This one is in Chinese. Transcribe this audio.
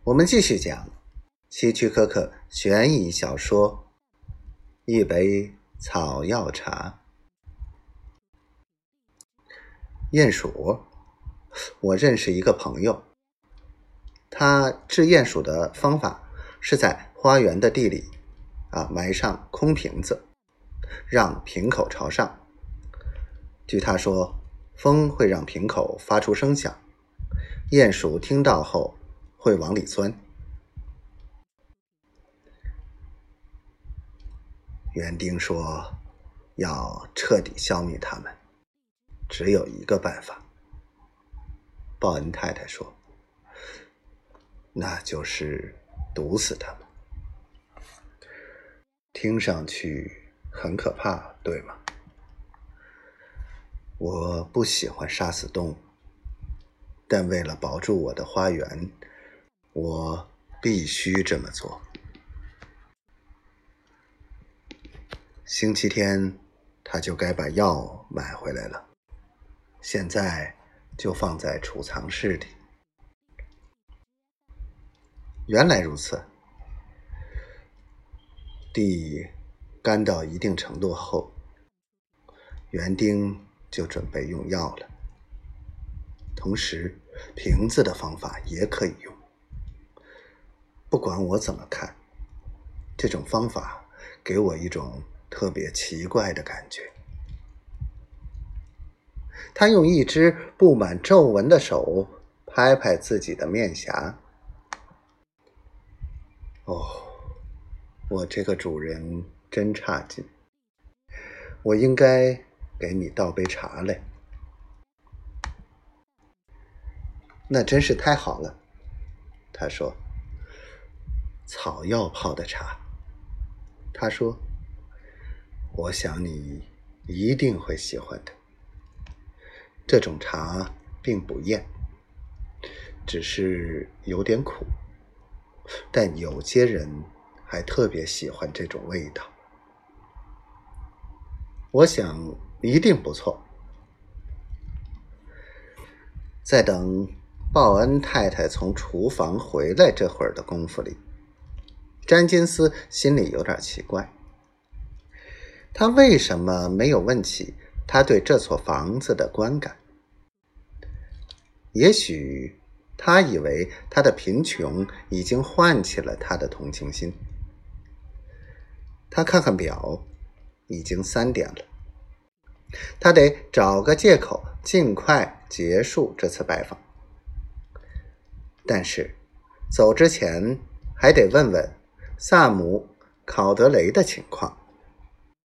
我们继续讲希区柯克悬疑小说《一杯草药茶》。鼹鼠，我认识一个朋友，他治鼹鼠的方法是在花园的地里埋上空瓶子，让瓶口朝上。据他说，风会让瓶口发出声响，鼹鼠听到后会往里钻。园丁说，要彻底消灭他们，只有一个办法。鲍恩太太说，那就是毒死他们。听上去很可怕，对吗？我不喜欢杀死动物，但为了保住我的花园，我必须这么做。星期天他就该把药买回来了，现在就放在储藏室里。原来如此。地干到一定程度后，园丁就准备用药了，同时瓶子的方法也可以用。不管我怎么看，这种方法给我一种特别奇怪的感觉。他用一只布满皱纹的手拍拍自己的面颊。我这个主人真差劲，我应该给你倒杯茶来。那真是太好了，他说。草药泡的茶，他说，我想你一定会喜欢的。这种茶并不艳，只是有点苦，但有些人还特别喜欢这种味道。我想一定不错。在等鲍恩太太从厨房回来这会儿的功夫里，詹金斯心里有点奇怪，他为什么没有问起他对这所房子的观感？也许他以为他的贫穷已经唤起了他的同情心。他看看表，已经3点了，他得找个借口尽快结束这次拜访。但是走之前还得问问萨姆·考德雷的情况。